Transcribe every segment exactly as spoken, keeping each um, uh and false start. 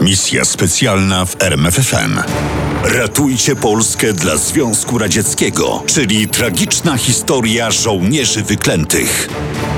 Misja specjalna w R M F F M. Ratujcie Polskę dla Związku Radzieckiego, czyli tragiczna historia żołnierzy wyklętych.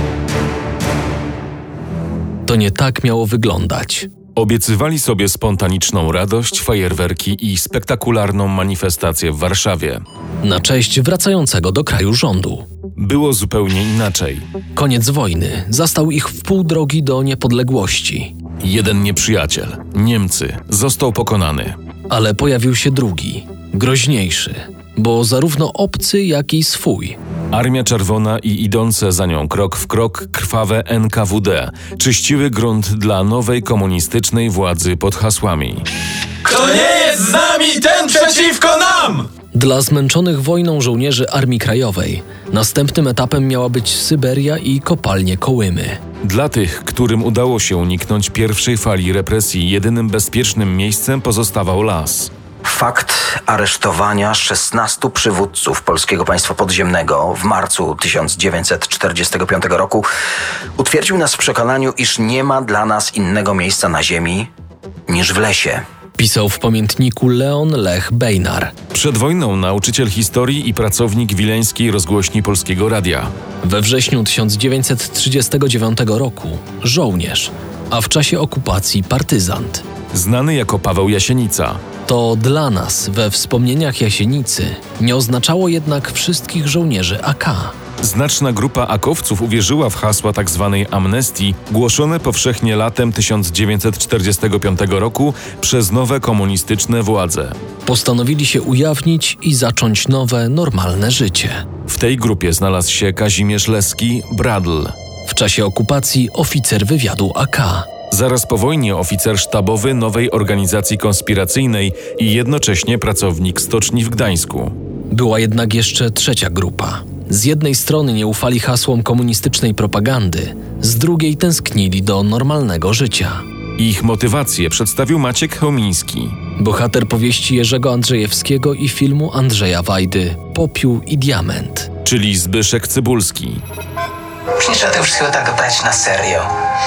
To nie tak miało wyglądać. Obiecywali sobie spontaniczną radość, fajerwerki i spektakularną manifestację w Warszawie. Na cześć wracającego do kraju rządu. Było zupełnie inaczej. Koniec wojny zastał ich w pół drogi do niepodległości. Jeden nieprzyjaciel, Niemcy, został pokonany. Ale pojawił się drugi, groźniejszy, bo zarówno obcy, jak i swój. Armia Czerwona i idące za nią krok w krok krwawe N K W D czyściły grunt dla nowej komunistycznej władzy pod hasłami: Kto nie jest z nami, ten przeciwko nam! Dla zmęczonych wojną żołnierzy Armii Krajowej następnym etapem miała być Syberia i kopalnie Kołymy. Dla tych, którym udało się uniknąć pierwszej fali represji, jedynym bezpiecznym miejscem pozostawał las. Fakt aresztowania szesnastu przywódców Polskiego Państwa Podziemnego w marcu tysiąc dziewięćset czterdziestego piątego roku utwierdził nas w przekonaniu, iż nie ma dla nas innego miejsca na ziemi niż w lesie. Pisał w pamiętniku Leon Lech Bejnar. Przed wojną nauczyciel historii i pracownik wileńskiej rozgłośni Polskiego Radia. We wrześniu tysiąc dziewięćset trzydziestego dziewiątego roku żołnierz, a w czasie okupacji partyzant. Znany jako Paweł Jasienica. To dla nas we wspomnieniach Jasienicy nie oznaczało jednak wszystkich żołnierzy A K. Znaczna grupa akowców uwierzyła w hasła tzw. amnestii głoszone powszechnie latem tysiąc dziewięćset czterdziestego piątego roku przez nowe komunistyczne władze. Postanowili się ujawnić i zacząć nowe, normalne życie. W tej grupie znalazł się Kazimierz Leski, Bradl. W czasie okupacji oficer wywiadu A K. Zaraz po wojnie oficer sztabowy nowej organizacji konspiracyjnej i jednocześnie pracownik stoczni w Gdańsku. Była jednak jeszcze trzecia grupa. Z jednej strony nie ufali hasłom komunistycznej propagandy, z drugiej tęsknili do normalnego życia. Ich motywację przedstawił Maciek Chełmiński. Bohater powieści Jerzego Andrzejewskiego i filmu Andrzeja Wajdy Popiół i diament. Czyli Zbyszek Cybulski. Już nie trzeba tego wszystkiego tak brać na serio.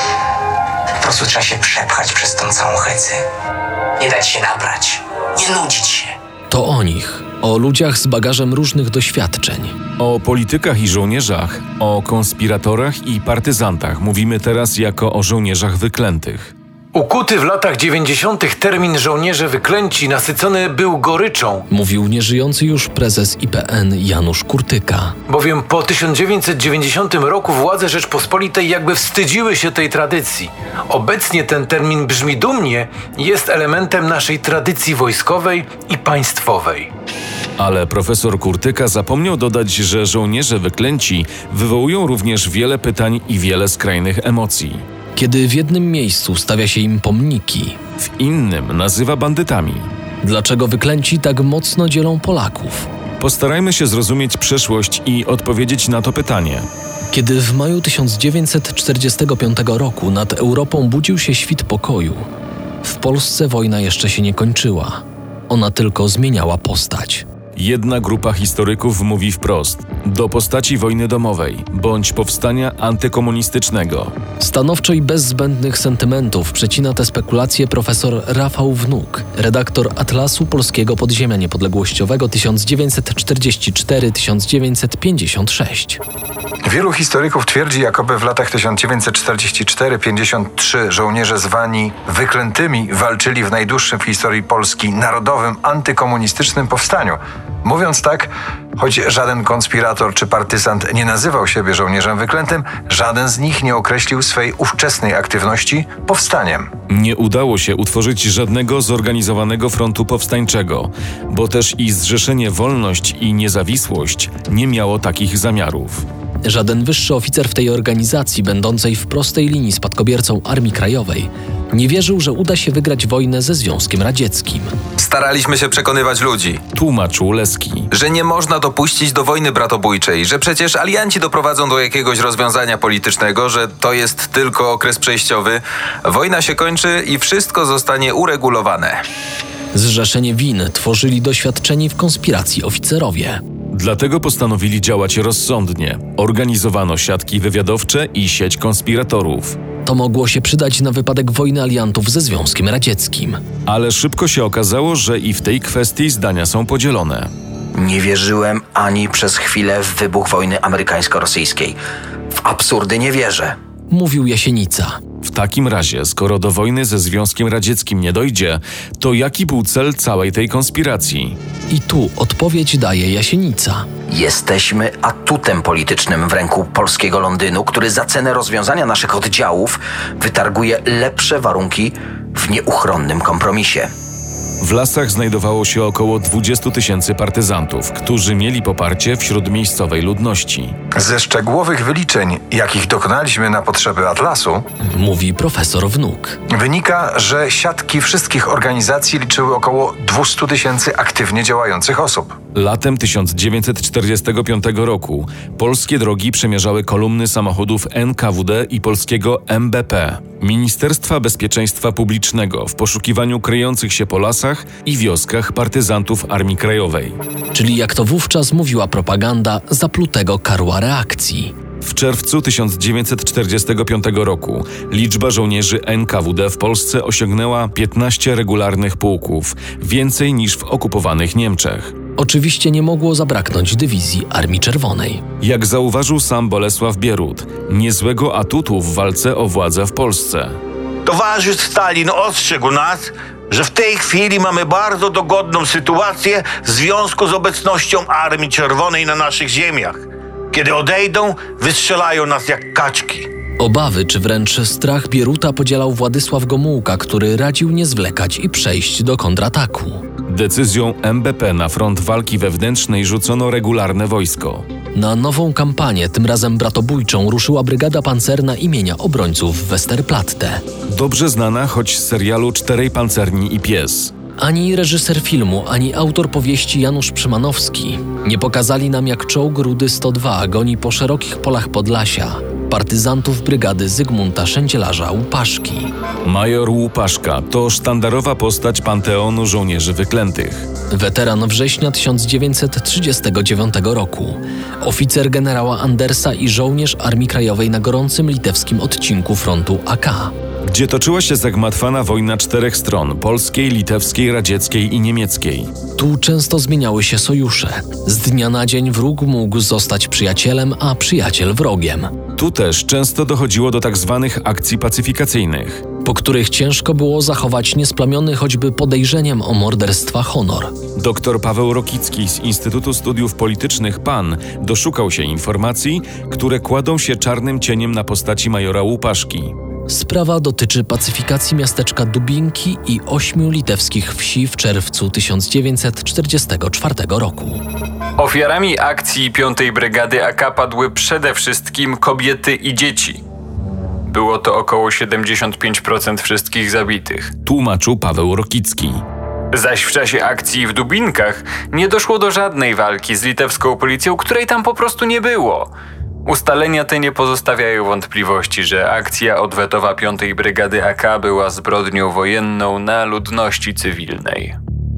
Po prostu trzeba się przepchać przez tą całą hecę. Nie dać się nabrać. Nie nudzić się. To o nich. O ludziach z bagażem różnych doświadczeń. O politykach i żołnierzach, o konspiratorach i partyzantach mówimy teraz jako o żołnierzach wyklętych. Ukuty w latach dziewięćdziesiątych termin żołnierze wyklęci nasycony był goryczą. Mówił nieżyjący już prezes I P N Janusz Kurtyka. Bowiem po tysiąc dziewięćset dziewięćdziesiątym roku władze Rzeczpospolitej jakby wstydziły się tej tradycji. Obecnie ten termin brzmi dumnie i jest elementem naszej tradycji wojskowej i państwowej. Ale profesor Kurtyka zapomniał dodać, że żołnierze wyklęci wywołują również wiele pytań i wiele skrajnych emocji. Kiedy w jednym miejscu stawia się im pomniki, w innym nazywa bandytami. Dlaczego wyklęci tak mocno dzielą Polaków? Postarajmy się zrozumieć przeszłość i odpowiedzieć na to pytanie. Kiedy w maju tysiąc dziewięćset czterdziestego piątego roku nad Europą budził się świt pokoju, w Polsce wojna jeszcze się nie kończyła. Ona tylko zmieniała postać. Jedna grupa historyków mówi wprost: do postaci wojny domowej bądź powstania antykomunistycznego. Stanowczo i bez zbędnych sentymentów przecina te spekulacje profesor Rafał Wnuk, redaktor Atlasu Polskiego Podziemia Niepodległościowego tysiąc dziewięćset czterdziesty czwarty do tysiąc dziewięćset pięćdziesiątego szóstego. Wielu historyków twierdzi, jakoby w latach tysiąc dziewięćset czterdziesty czwarty do pięćdziesiątego trzeciego żołnierze zwani wyklętymi walczyli w najdłuższym w historii Polski narodowym antykomunistycznym powstaniu. Mówiąc tak, choć żaden konspirator czy partyzant nie nazywał siebie żołnierzem wyklętym, żaden z nich nie określił swej ówczesnej aktywności powstaniem. Nie udało się utworzyć żadnego zorganizowanego frontu powstańczego, bo też i Zrzeszenie Wolność i Niezawisłość nie miało takich zamiarów. Żaden wyższy oficer w tej organizacji, będącej w prostej linii spadkobiercą Armii Krajowej, nie wierzył, że uda się wygrać wojnę ze Związkiem Radzieckim. Staraliśmy się przekonywać ludzi, tłumaczył Leski, że nie można dopuścić do wojny bratobójczej, że przecież alianci doprowadzą do jakiegoś rozwiązania politycznego, że to jest tylko okres przejściowy, wojna się kończy i wszystko zostanie uregulowane. Zrzeszenie win tworzyli doświadczeni w konspiracji oficerowie. Dlatego postanowili działać rozsądnie. Organizowano siatki wywiadowcze i sieć konspiratorów. To mogło się przydać na wypadek wojny aliantów ze Związkiem Radzieckim. Ale szybko się okazało, że i w tej kwestii zdania są podzielone. Nie wierzyłem ani przez chwilę w wybuch wojny amerykańsko-rosyjskiej. W absurdy nie wierzę. Mówił Jasienica. W takim razie, skoro do wojny ze Związkiem Radzieckim nie dojdzie, to jaki był cel całej tej konspiracji? I tu odpowiedź daje Jasienica. Jesteśmy atutem politycznym w ręku polskiego Londynu, który za cenę rozwiązania naszych oddziałów wytarguje lepsze warunki w nieuchronnym kompromisie. W lasach znajdowało się około dwudziestu tysięcy partyzantów, którzy mieli poparcie wśród miejscowej ludności. Ze szczegółowych wyliczeń, jakich dokonaliśmy na potrzeby Atlasu, Mówi profesor Wnuk. wynika, że siatki wszystkich organizacji liczyły około dwieście tysięcy aktywnie działających osób. Latem tysiąc dziewięćset czterdziestego piątego roku polskie drogi przemierzały kolumny samochodów N K W D i polskiego M B P, Ministerstwa Bezpieczeństwa Publicznego, w poszukiwaniu kryjących się po lasach i wioskach partyzantów Armii Krajowej. Czyli jak to wówczas mówiła propaganda, zaplutego karła reakcji. W czerwcu tysiąc dziewięćset czterdziestego piątego roku liczba żołnierzy N K W D w Polsce osiągnęła piętnaście regularnych pułków, więcej niż w okupowanych Niemczech. Oczywiście nie mogło zabraknąć dywizji Armii Czerwonej. Jak zauważył sam Bolesław Bierut, niezłego atutu w walce o władzę w Polsce. Towarzysz Stalin ostrzegł nas, że w tej chwili mamy bardzo dogodną sytuację w związku z obecnością Armii Czerwonej na naszych ziemiach. Kiedy odejdą, wystrzelają nas jak kaczki. Obawy czy wręcz strach Bieruta podzielał Władysław Gomułka, który radził nie zwlekać i przejść do kontrataku. Decyzją M B P na front walki wewnętrznej rzucono regularne wojsko. Na nową kampanię, tym razem bratobójczą, ruszyła Brygada Pancerna imienia Obrońców Westerplatte. Dobrze znana choć z serialu Czterej Pancerni i Pies. Ani reżyser filmu, ani autor powieści Janusz Przymanowski nie pokazali nam, jak czołg Rudy sto dwa goni po szerokich polach Podlasia partyzantów brygady Zygmunta Szęcielarza Łupaszki. Major Łupaszka to sztandarowa postać panteonu żołnierzy wyklętych. Weteran września tysiąc dziewięćset trzydziestego dziewiątego roku. Oficer generała Andersa i żołnierz Armii Krajowej na gorącym litewskim odcinku frontu A K. Gdzie toczyła się zagmatwana wojna czterech stron – polskiej, litewskiej, radzieckiej i niemieckiej. Tu często zmieniały się sojusze. Z dnia na dzień wróg mógł zostać przyjacielem, a przyjaciel wrogiem. Tu też często dochodziło do tak zwanych akcji pacyfikacyjnych, po których ciężko było zachować niesplamiony choćby podejrzeniem o morderstwa honor. Doktor Paweł Rokicki z Instytutu Studiów Politycznych P A N doszukał się informacji, które kładą się czarnym cieniem na postaci majora Łupaszki. Sprawa dotyczy pacyfikacji miasteczka Dubinki i ośmiu litewskich wsi w czerwcu tysiąc dziewięćset czterdziestego czwartego roku. Ofiarami akcji piątej Brygady A K padły przede wszystkim kobiety i dzieci. Było to około siedemdziesiąt pięć procent wszystkich zabitych. Tłumaczył Paweł Rokicki. Zaś w czasie akcji w Dubinkach nie doszło do żadnej walki z litewską policją, której tam po prostu nie było. Ustalenia te nie pozostawiają wątpliwości, że akcja odwetowa piątej Brygady A K była zbrodnią wojenną na ludności cywilnej.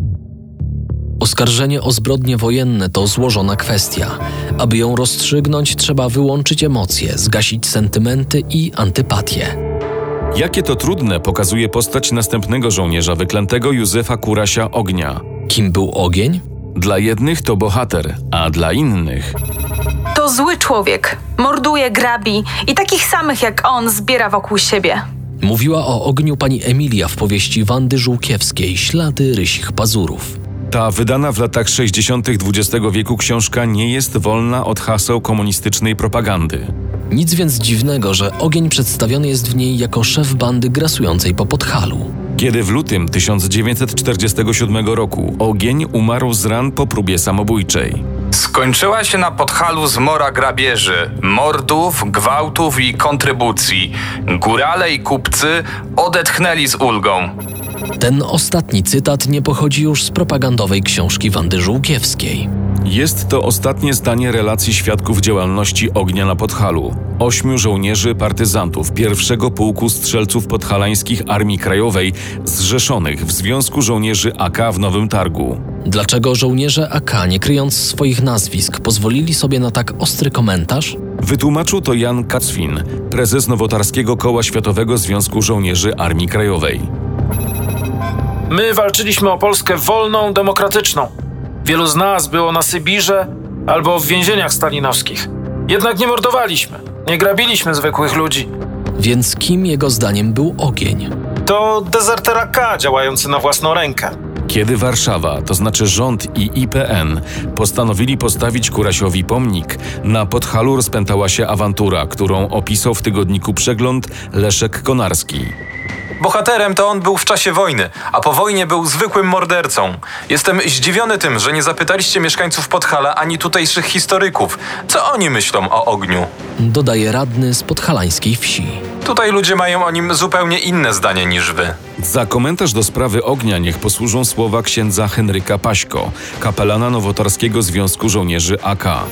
Oskarżenie o zbrodnie wojenne to złożona kwestia. Aby ją rozstrzygnąć, trzeba wyłączyć emocje, zgasić sentymenty i antypatię. Jakie to trudne pokazuje postać następnego żołnierza wyklętego Józefa Kurasia Ognia. Kim był Ogień? Dla jednych to bohater, a dla innych... To zły człowiek. Morduje, grabi i takich samych jak on zbiera wokół siebie. Mówiła o Ogniu pani Emilia w powieści Wandy Żółkiewskiej Ślady rysich pazurów. Ta wydana w latach sześćdziesiątych dwudziestego wieku książka nie jest wolna od haseł komunistycznej propagandy. Nic więc dziwnego, że Ogień przedstawiony jest w niej jako szef bandy grasującej po Podhalu. Kiedy w lutym tysiąc dziewięćset czterdziestego siódmego roku Ogień umarł z ran po próbie samobójczej. Skończyła się na Podhalu zmora grabieży, mordów, gwałtów i kontrybucji. Górale i kupcy odetchnęli z ulgą. Ten ostatni cytat nie pochodzi już z propagandowej książki Wandy Żółkiewskiej. Jest to ostatnie zdanie relacji świadków działalności ognia na Podhalu. Ośmiu żołnierzy partyzantów pierwszego Pułku Strzelców Podhalańskich Armii Krajowej zrzeszonych w Związku Żołnierzy A K w Nowym Targu. Dlaczego żołnierze A K, nie kryjąc swoich nazwisk, pozwolili sobie na tak ostry komentarz? Wytłumaczył to Jan Kacwin, prezes Nowotarskiego Koła Światowego Związku Żołnierzy Armii Krajowej. My walczyliśmy o Polskę wolną, demokratyczną. Wielu z nas było na Sybirze albo w więzieniach stalinowskich. Jednak nie mordowaliśmy, nie grabiliśmy zwykłych ludzi. Więc kim jego zdaniem był ogień? To dezerter A K działający na własną rękę. Kiedy Warszawa, to znaczy rząd i I P N, postanowili postawić Kurasiowi pomnik, na Podhalu rozpętała się awantura, którą opisał w tygodniku Przegląd Leszek Konarski. Bohaterem to on był w czasie wojny, a po wojnie był zwykłym mordercą. Jestem zdziwiony tym, że nie zapytaliście mieszkańców Podhala ani tutejszych historyków, co oni myślą o ogniu. Dodaje radny z podhalańskiej wsi. Tutaj ludzie mają o nim zupełnie inne zdanie niż wy. Za komentarz do sprawy ognia niech posłużą słowa księdza Henryka Paśko, kapelana Nowotarskiego Związku Żołnierzy A K.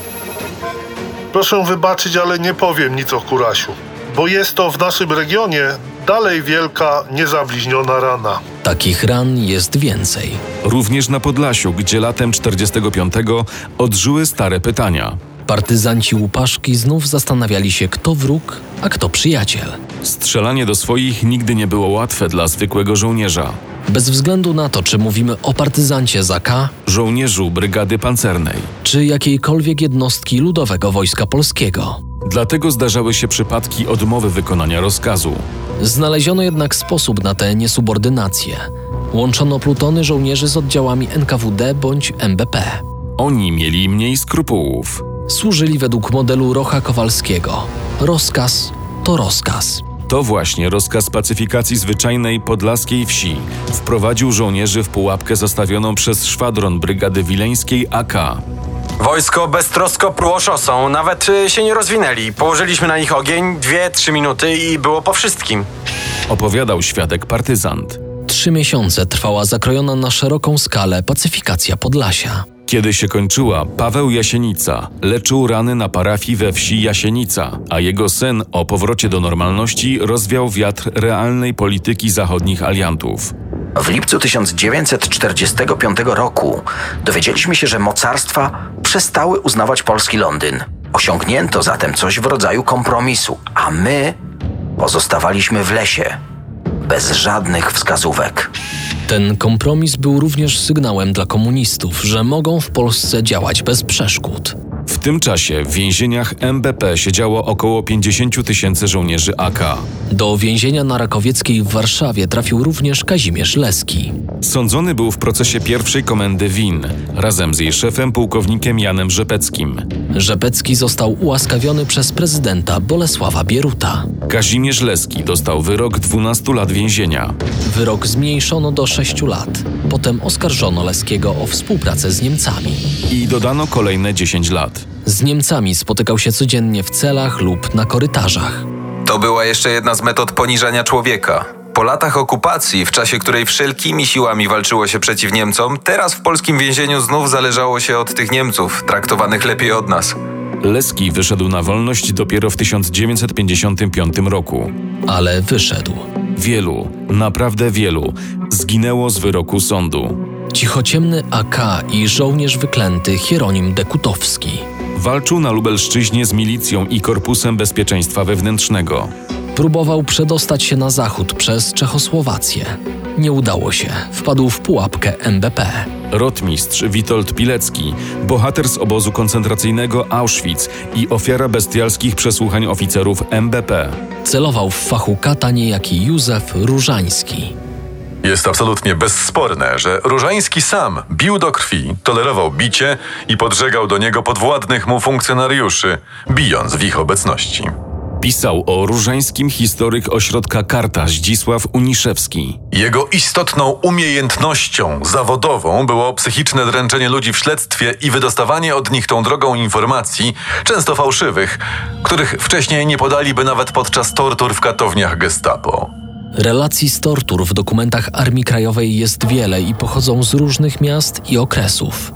Proszę wybaczyć, ale nie powiem nic o Kurasiu, bo jest to w naszym regionie dalej wielka, niezabliźniona rana. Takich ran jest więcej. Również na Podlasiu, gdzie latem czterdziestego piątego odżyły stare pytania. Partyzanci Łupaszki znów zastanawiali się, kto wróg, a kto przyjaciel. Strzelanie do swoich nigdy nie było łatwe dla zwykłego żołnierza. Bez względu na to, czy mówimy o partyzancie z A K, żołnierzu Brygady Pancernej, czy jakiejkolwiek jednostki Ludowego Wojska Polskiego. Dlatego zdarzały się przypadki odmowy wykonania rozkazu. Znaleziono jednak sposób na tę niesubordynację. Łączono plutony żołnierzy z oddziałami N K W D bądź M B P. Oni mieli mniej skrupułów. Służyli według modelu Rocha Kowalskiego. Rozkaz to rozkaz. To właśnie rozkaz pacyfikacji zwyczajnej podlaskiej wsi wprowadził żołnierzy w pułapkę zastawioną przez szwadron Brygady Wileńskiej A K. Wojsko beztrosko pruło szosą, nawet się nie rozwinęli. Położyliśmy na nich ogień, dwie, trzy minuty i było po wszystkim. Opowiadał świadek partyzant. Trzy miesiące trwała zakrojona na szeroką skalę pacyfikacja Podlasia. Kiedy się kończyła, Paweł Jasienica leczył rany na parafii we wsi Jasienica, a jego sen o powrocie do normalności rozwiał wiatr realnej polityki zachodnich aliantów. W lipcu tysiąc dziewięćset czterdziestego piątego roku dowiedzieliśmy się, że mocarstwa przestały uznawać polski Londyn. Osiągnięto zatem coś w rodzaju kompromisu, a my pozostawaliśmy w lesie, bez żadnych wskazówek. Ten kompromis był również sygnałem dla komunistów, że mogą w Polsce działać bez przeszkód. W tym czasie w więzieniach M B P siedziało około pięćdziesięciu tysięcy żołnierzy A K. Do więzienia na Rakowieckiej w Warszawie trafił również Kazimierz Leski. Sądzony był w procesie pierwszej komendy W I N, razem z jej szefem pułkownikiem Janem Rzepeckim. Rzepecki został ułaskawiony przez prezydenta Bolesława Bieruta. Kazimierz Leski dostał wyrok dwunastu lat więzienia. Wyrok zmniejszono do sześciu lat. Potem oskarżono Leskiego o współpracę z Niemcami. I dodano kolejne dziesięć lat. Z Niemcami spotykał się codziennie w celach lub na korytarzach. To była jeszcze jedna z metod poniżania człowieka. Po latach okupacji, w czasie której wszelkimi siłami walczyło się przeciw Niemcom, teraz w polskim więzieniu znów zależało się od tych Niemców, traktowanych lepiej od nas. Leski wyszedł na wolność dopiero w tysiąc dziewięćset pięćdziesiątym piątym roku. Ale wyszedł. Wielu, naprawdę wielu, zginęło z wyroku sądu. Cichociemny A K i żołnierz wyklęty Hieronim Dekutowski. Walczył na Lubelszczyźnie z milicją i Korpusem Bezpieczeństwa Wewnętrznego. Próbował przedostać się na zachód przez Czechosłowację. Nie udało się. Wpadł w pułapkę M B P. Rotmistrz Witold Pilecki, bohater z obozu koncentracyjnego Auschwitz i ofiara bestialskich przesłuchań oficerów M B P. Celował w fachu kata niejaki Józef Różański. Jest absolutnie bezsporne, że Różański sam bił do krwi, tolerował bicie i podżegał do niego podwładnych mu funkcjonariuszy, bijąc w ich obecności. Pisał o Różańskim historyk ośrodka Karta Zdzisław Uniszewski. Jego istotną umiejętnością zawodową było psychiczne dręczenie ludzi w śledztwie i wydostawanie od nich tą drogą informacji, często fałszywych, których wcześniej nie podaliby nawet podczas tortur w katowniach Gestapo. Relacji z tortur w dokumentach Armii Krajowej jest wiele i pochodzą z różnych miast i okresów.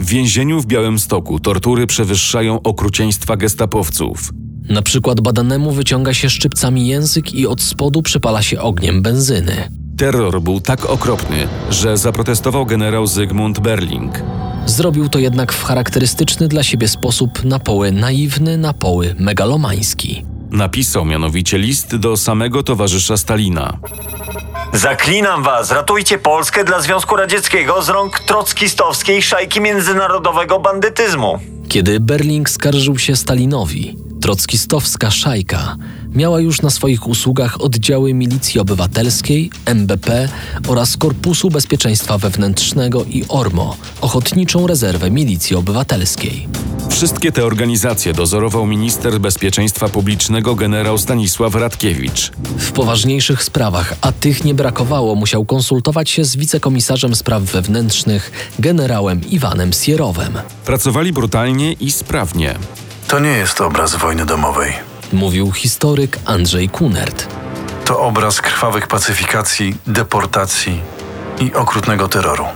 W więzieniu w Białymstoku tortury przewyższają okrucieństwa gestapowców. Na przykład badanemu wyciąga się szczypcami język i od spodu przypala się ogniem benzyny. Terror był tak okropny, że zaprotestował generał Zygmunt Berling. Zrobił to jednak w charakterystyczny dla siebie sposób na poły naiwny, na poły megalomański. Napisał mianowicie list do samego towarzysza Stalina. Zaklinam was, ratujcie Polskę dla Związku Radzieckiego z rąk trockistowskiej szajki międzynarodowego bandytyzmu. Kiedy Berling skarżył się Stalinowi, trockistowska szajka miała już na swoich usługach oddziały Milicji Obywatelskiej, M B P oraz Korpusu Bezpieczeństwa Wewnętrznego i ORMO, Ochotniczą Rezerwę Milicji Obywatelskiej. Wszystkie te organizacje dozorował minister bezpieczeństwa publicznego generał Stanisław Radkiewicz. W poważniejszych sprawach, a tych nie brakowało, musiał konsultować się z wicekomisarzem spraw wewnętrznych generałem Iwanem Sierowem. Pracowali brutalnie i sprawnie. To nie jest obraz wojny domowej. Mówił historyk Andrzej Kunert. To obraz krwawych pacyfikacji, deportacji i okrutnego terroru.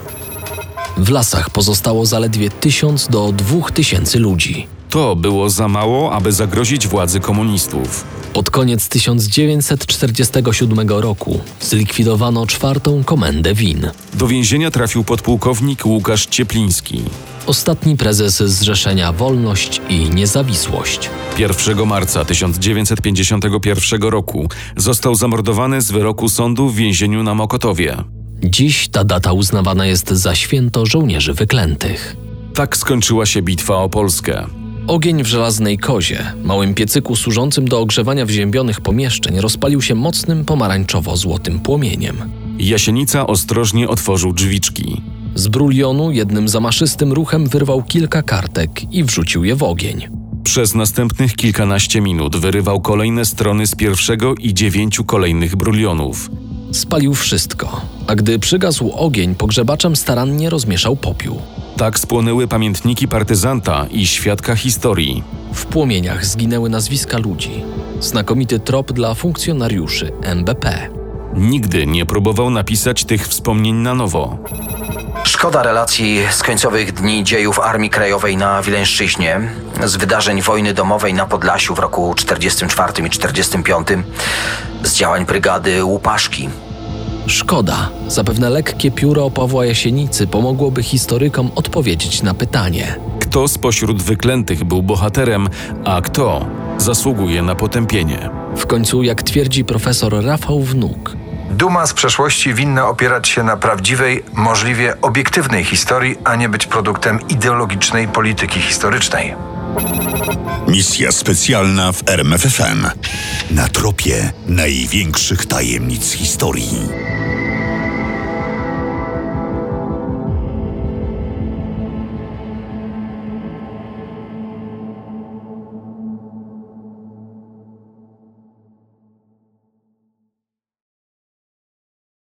W lasach pozostało zaledwie tysiąc do dwóch tysięcy ludzi. To było za mało, aby zagrozić władzy komunistów. Pod koniec tysiąc dziewięćset czterdziestego siódmego roku zlikwidowano czwartą komendę W I N. Do więzienia trafił podpułkownik Łukasz Ciepliński. Ostatni prezes Zrzeszenia Wolność i Niezawisłość. pierwszego marca tysiąc dziewięćset pięćdziesiątego pierwszego roku został zamordowany z wyroku sądu w więzieniu na Mokotowie. Dziś ta data uznawana jest za święto żołnierzy wyklętych. Tak skończyła się bitwa o Polskę. Ogień w Żelaznej Kozie, małym piecyku służącym do ogrzewania wziębionych pomieszczeń, rozpalił się mocnym pomarańczowo-złotym płomieniem. Jasienica ostrożnie otworzył drzwiczki. Z brulionu jednym zamaszystym ruchem wyrwał kilka kartek i wrzucił je w ogień. Przez następnych kilkanaście minut wyrywał kolejne strony z pierwszego i dziewięciu kolejnych brulionów. Spalił wszystko, a gdy przygasł ogień, pogrzebaczem starannie rozmieszał popiół. Tak spłonęły pamiętniki partyzanta i świadka historii. W płomieniach zginęły nazwiska ludzi. Znakomity trop dla funkcjonariuszy M B P. Nigdy nie próbował napisać tych wspomnień na nowo. Szkoda relacji z końcowych dni dziejów Armii Krajowej na Wileńszczyźnie, z wydarzeń wojny domowej na Podlasiu w roku czterdziestym czwartym i czterdziestym piątym, z działań brygady Łupaszki. Szkoda. Zapewne lekkie pióro Pawła Jasienicy pomogłoby historykom odpowiedzieć na pytanie. Kto spośród wyklętych był bohaterem, a kto zasługuje na potępienie? W końcu, jak twierdzi profesor Rafał Wnuk, duma z przeszłości winna opierać się na prawdziwej, możliwie obiektywnej historii, a nie być produktem ideologicznej polityki historycznej. Misja specjalna w R M F F M. Na tropie największych tajemnic historii.